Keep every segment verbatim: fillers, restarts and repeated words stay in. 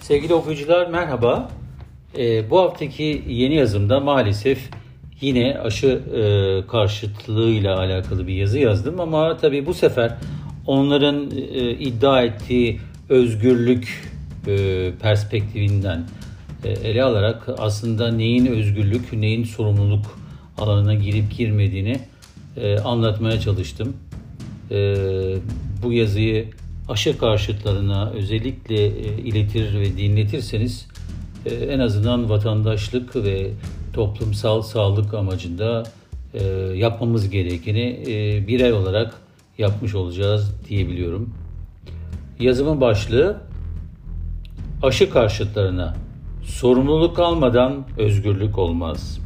Sevgili okuyucular merhaba. Ee, bu haftaki yeni yazımda maalesef yine aşı e, karşıtlığıyla alakalı bir yazı yazdım. Ama tabii bu sefer onların e, iddia ettiği özgürlük e, perspektifinden e, ele alarak aslında neyin özgürlük, neyin sorumluluk alanına girip girmediğini e, anlatmaya çalıştım. E, bu yazıyı aşı karşıtlarına özellikle e, iletir ve dinletirseniz e, en azından vatandaşlık ve toplumsal sağlık amacında e, yapmamız gerekeni e, birey olarak yapmış olacağız diyebiliyorum. Yazımın başlığı aşı karşıtlarına sorumluluk almadan özgürlük olmaz.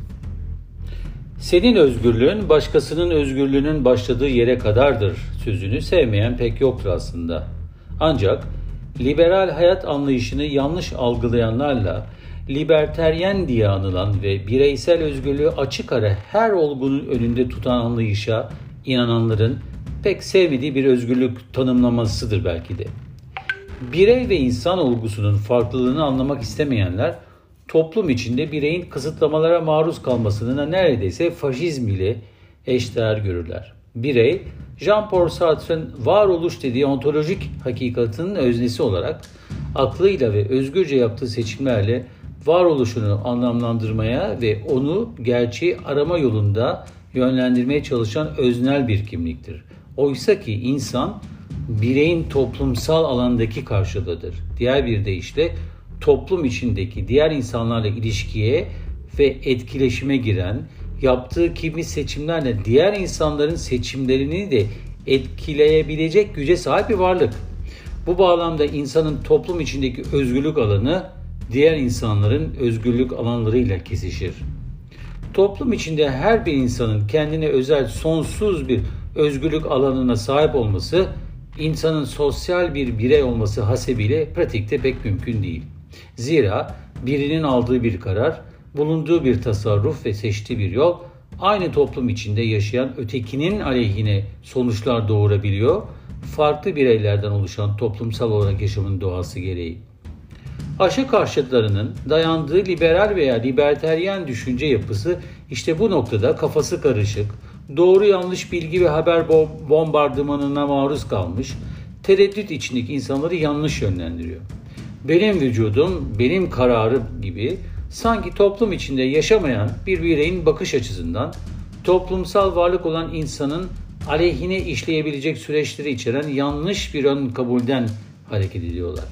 Senin özgürlüğün başkasının özgürlüğünün başladığı yere kadardır sözünü sevmeyen pek yoktur aslında. Ancak liberal hayat anlayışını yanlış algılayanlarla liberteryen diye anılan ve bireysel özgürlüğü açık ara her olgunun önünde tutan anlayışa inananların pek sevmediği bir özgürlük tanımlamasıdır belki de. Birey ve insan olgusunun farklılığını anlamak istemeyenler toplum içinde bireyin kısıtlamalara maruz kalmasını neredeyse faşizm ile eşdeğer görürler. Birey, Jean-Paul Sartre'ın varoluş dediği ontolojik hakikatinin öznesi olarak aklıyla ve özgürce yaptığı seçimlerle varoluşunu anlamlandırmaya ve onu gerçeği arama yolunda yönlendirmeye çalışan öznel bir kimliktir. Oysa ki insan bireyin toplumsal alandaki karşılığıdır. Diğer bir deyişle toplum içindeki diğer insanlarla ilişkiye ve etkileşime giren, yaptığı kimi seçimlerle diğer insanların seçimlerini de etkileyebilecek güce sahip bir varlık. Bu bağlamda insanın toplum içindeki özgürlük alanı diğer insanların özgürlük alanlarıyla kesişir. Toplum içinde her bir insanın kendine özel sonsuz bir özgürlük alanına sahip olması, insanın sosyal bir birey olması hasebiyle pratikte pek mümkün değil. Zira birinin aldığı bir karar, bulunduğu bir tasarruf ve seçtiği bir yol aynı toplum içinde yaşayan ötekinin aleyhine sonuçlar doğurabiliyor, farklı bireylerden oluşan toplumsal olarak yaşamın doğası gereği. Aşı karşıtlarının dayandığı liberal veya liberteryen düşünce yapısı işte bu noktada kafası karışık, doğru yanlış bilgi ve haber bombardımanına maruz kalmış, tereddüt içindeki insanları yanlış yönlendiriyor. Benim vücudum, benim kararım gibi sanki toplum içinde yaşamayan bir bireyin bakış açısından toplumsal varlık olan insanın aleyhine işleyebilecek süreçleri içeren yanlış bir ön kabulden hareket ediyorlar.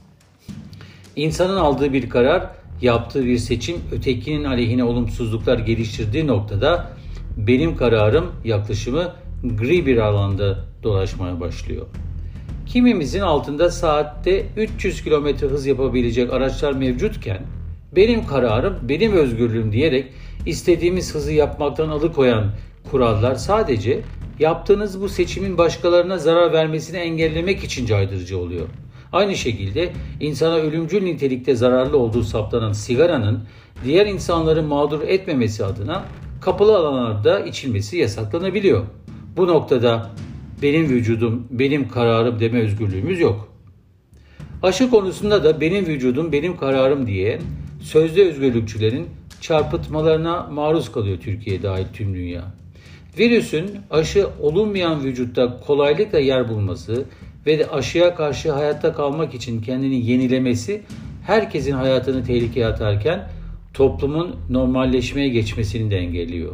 İnsanın aldığı bir karar, yaptığı bir seçim ötekinin aleyhine olumsuzluklar geliştirdiği noktada benim kararım yaklaşımı gri bir alanda dolaşmaya başlıyor. Kimimizin altında saatte üç yüz kilometre hız yapabilecek araçlar mevcutken benim kararım, benim özgürlüğüm diyerek istediğimiz hızı yapmaktan alıkoyan kurallar sadece yaptığınız bu seçimin başkalarına zarar vermesini engellemek için caydırıcı oluyor. Aynı şekilde insana ölümcül nitelikte zararlı olduğu saptanan sigaranın diğer insanları mağdur etmemesi adına kapalı alanlarda içilmesi yasaklanabiliyor. Bu noktada benim vücudum, benim kararım deme özgürlüğümüz yok. Aşı konusunda da benim vücudum, benim kararım diye sözde özgürlükçülerin çarpıtmalarına maruz kalıyor Türkiye dahil tüm dünya. Virüsün aşı olunmayan vücutta kolaylıkla yer bulması ve de aşıya karşı hayatta kalmak için kendini yenilemesi herkesin hayatını tehlikeye atarken toplumun normalleşmeye geçmesini de engelliyor.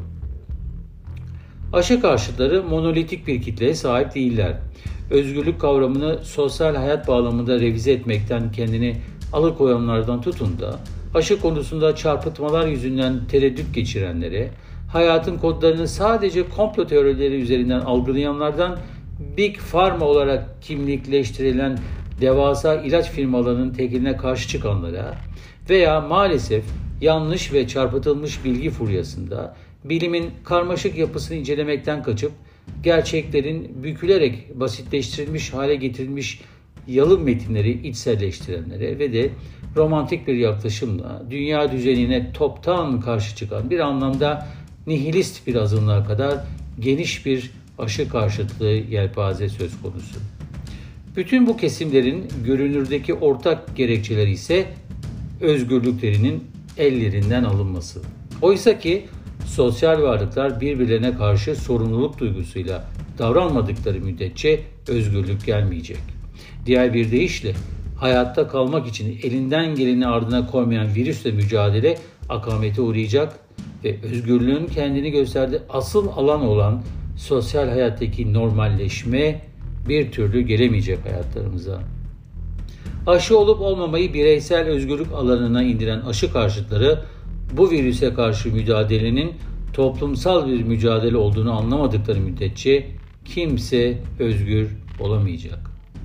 Aşı karşıtları monolitik bir kitleye sahip değiller. Özgürlük kavramını sosyal hayat bağlamında revize etmekten kendini alıkoyanlardan tutun da aşı konusunda çarpıtmalar yüzünden tereddüt geçirenlere, hayatın kodlarını sadece komplo teorileri üzerinden algılayanlardan Big Pharma olarak kimlikleştirilen devasa ilaç firmalarının tekeline karşı çıkanlara veya maalesef yanlış ve çarpıtılmış bilgi furyasında bilimin karmaşık yapısını incelemekten kaçıp gerçeklerin bükülerek basitleştirilmiş hale getirilmiş yalın metinleri içselleştirenlere ve de romantik bir yaklaşımla dünya düzenine toptan karşı çıkan bir anlamda nihilist bir azınlığa kadar geniş bir aşı karşıtlığı yelpaze söz konusu. Bütün bu kesimlerin görünürdeki ortak gerekçeleri ise özgürlüklerinin ellerinden alınması. Oysa ki sosyal varlıklar birbirlerine karşı sorumluluk duygusuyla davranmadıkları müddetçe özgürlük gelmeyecek. Diğer bir deyişle hayatta kalmak için elinden geleni ardına koymayan virüsle mücadele akamete uğrayacak ve özgürlüğün kendini gösterdiği asıl alan olan sosyal hayattaki normalleşme bir türlü gelemeyecek hayatlarımıza. Aşı olup olmamayı bireysel özgürlük alanına indiren aşı karşıtları bu virüse karşı mücadelenin toplumsal bir mücadele olduğunu anlamadıkları müddetçe kimse özgür olamayacak.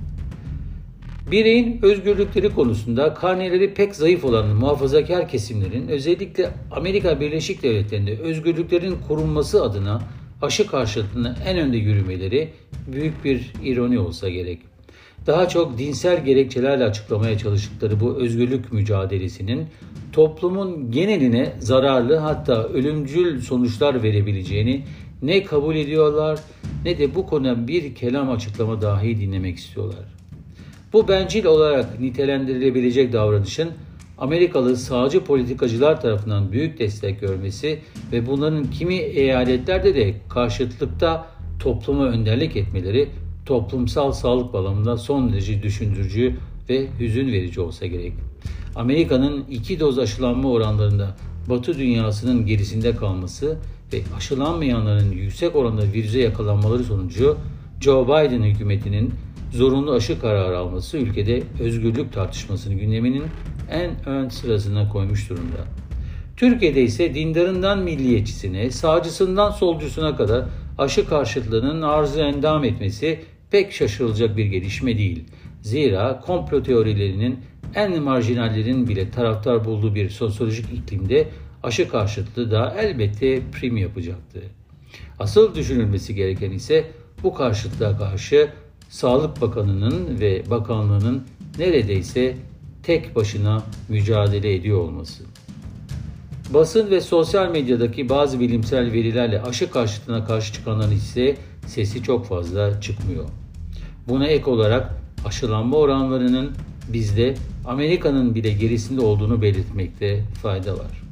Bireyin özgürlükleri konusunda karneleri pek zayıf olan muhafazakar kesimlerin özellikle Amerika Birleşik Devletleri'nde özgürlüklerin korunması adına aşı karşıtlığına en önde yürümeleri büyük bir ironi olsa gerek. Daha çok dinsel gerekçelerle açıklamaya çalıştıkları bu özgürlük mücadelesinin toplumun geneline zararlı hatta ölümcül sonuçlar verebileceğini ne kabul ediyorlar ne de bu konuda bir kelam açıklama dahi dinlemek istiyorlar. Bu bencil olarak nitelendirilebilecek davranışın Amerikalı sağcı politikacılar tarafından büyük destek görmesi ve bunların kimi eyaletlerde de karşıtlıkta topluma önderlik etmeleri toplumsal sağlık bağlamında son derece düşündürücü ve hüzün verici olsa gerek. Amerika'nın iki doz aşılanma oranlarında Batı dünyasının gerisinde kalması ve aşılanmayanların yüksek oranda virüse yakalanmaları sonucu Joe Biden hükümetinin zorunlu aşı kararı alması ülkede özgürlük tartışmasını gündeminin en ön sırasına koymuş durumda. Türkiye'de ise dindarından milliyetçisine, sağcısından solcusuna kadar aşı karşıtlığının arzı endam etmesi pek şaşırılacak bir gelişme değil. Zira komplo teorilerinin en marjinallerin bile taraftar bulduğu bir sosyolojik iklimde aşı karşıtlığı da elbette prim yapacaktı. Asıl düşünülmesi gereken ise bu karşıtlığa karşı Sağlık Bakanı'nın ve bakanlığının neredeyse tek başına mücadele ediyor olması. Basın ve sosyal medyadaki bazı bilimsel verilerle aşı karşıtlığına karşı çıkanların ise sesi çok fazla çıkmıyor. Buna ek olarak aşılanma oranlarının bizde Amerika'nın bile gerisinde olduğunu belirtmekte fayda var.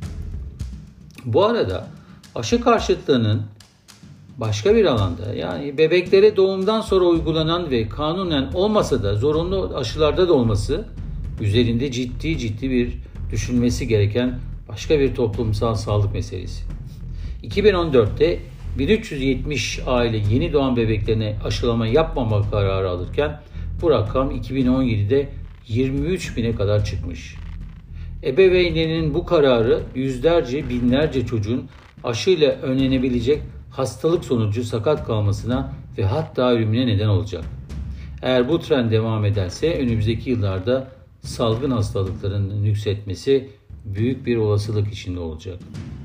Bu arada aşı karşıtlığının başka bir alanda yani bebeklere doğumdan sonra uygulanan ve kanunen olmasa da zorunlu aşılarda da olması üzerinde ciddi ciddi bir düşünmesi gereken başka bir toplumsal sağlık meselesi. iki bin on dörtte bin üç yüz yetmiş aile yeni doğan bebeklerine aşılama yapmama kararı alırken bu rakam iki bin on yedide yirmi üç bine kadar çıkmış. Ebeveynlerinin bu kararı yüzlerce binlerce çocuğun aşıyla önlenebilecek hastalık sonucu sakat kalmasına ve hatta ölümüne neden olacak. Eğer bu trend devam ederse önümüzdeki yıllarda salgın hastalıkların nüksetmesi büyük bir olasılık içinde olacak.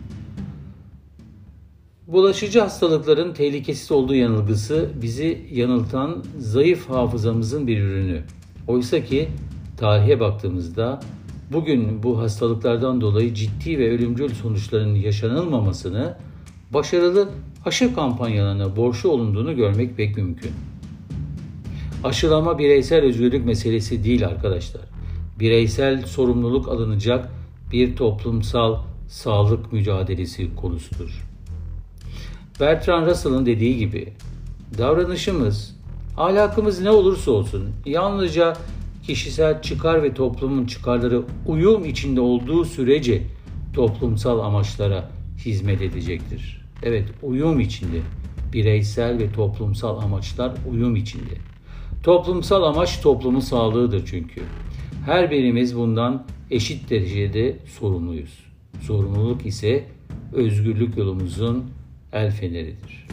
Bulaşıcı hastalıkların tehlikesiz olduğu yanılgısı bizi yanıltan zayıf hafızamızın bir ürünü. Oysa ki tarihe baktığımızda bugün bu hastalıklardan dolayı ciddi ve ölümcül sonuçların yaşanılmamasını başarılı aşı kampanyalarına borçlu olunduğunu görmek pek mümkün. Aşılama bireysel özgürlük meselesi değil arkadaşlar. Bireysel sorumluluk alınacak bir toplumsal sağlık mücadelesi konusudur. Bertrand Russell'ın dediği gibi davranışımız, ahlakımız ne olursa olsun yalnızca kişisel çıkar ve toplumun çıkarları uyum içinde olduğu sürece toplumsal amaçlara hizmet edecektir. Evet, uyum içinde. Bireysel ve toplumsal amaçlar uyum içinde. Toplumsal amaç toplumun sağlığıdır çünkü. Her birimiz bundan eşit derecede sorumluyuz. Sorumluluk ise özgürlük yolumuzun el feneridir.